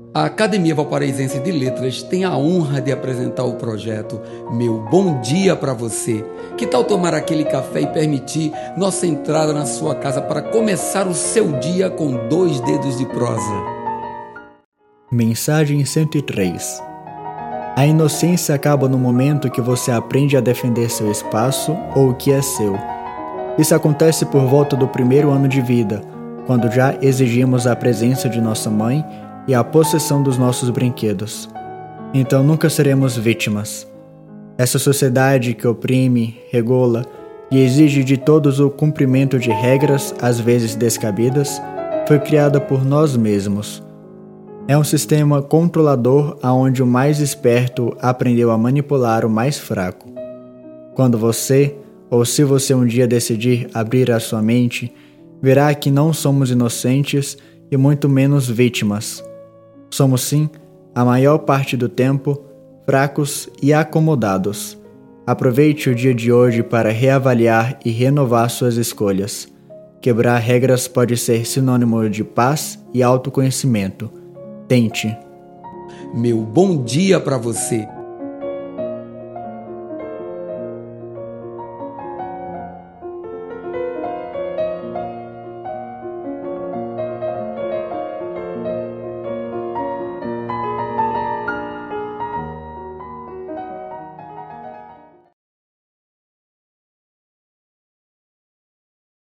A Academia Valparaísense de Letras tem a honra de apresentar o projeto Meu Bom Dia para Você. Que tal tomar aquele café e permitir nossa entrada na sua casa para começar o seu dia com 2 dedos de prosa? Mensagem 103. A inocência acaba no momento que você aprende a defender seu espaço ou o que é seu. Isso acontece por volta do 1º ano de vida, quando já exigimos a presença de nossa mãe e a possessão dos nossos brinquedos. Então nunca seremos vítimas. Essa sociedade que oprime, regula e exige de todos o cumprimento de regras, às vezes descabidas, foi criada por nós mesmos. É um sistema controlador onde o mais esperto aprendeu a manipular o mais fraco. Quando você, ou se você um dia decidir abrir a sua mente, verá que não somos inocentes e muito menos vítimas. Somos sim, a maior parte do tempo, fracos e acomodados. Aproveite o dia de hoje para reavaliar e renovar suas escolhas. Quebrar regras pode ser sinônimo de paz e autoconhecimento. Tente. Meu bom dia para você!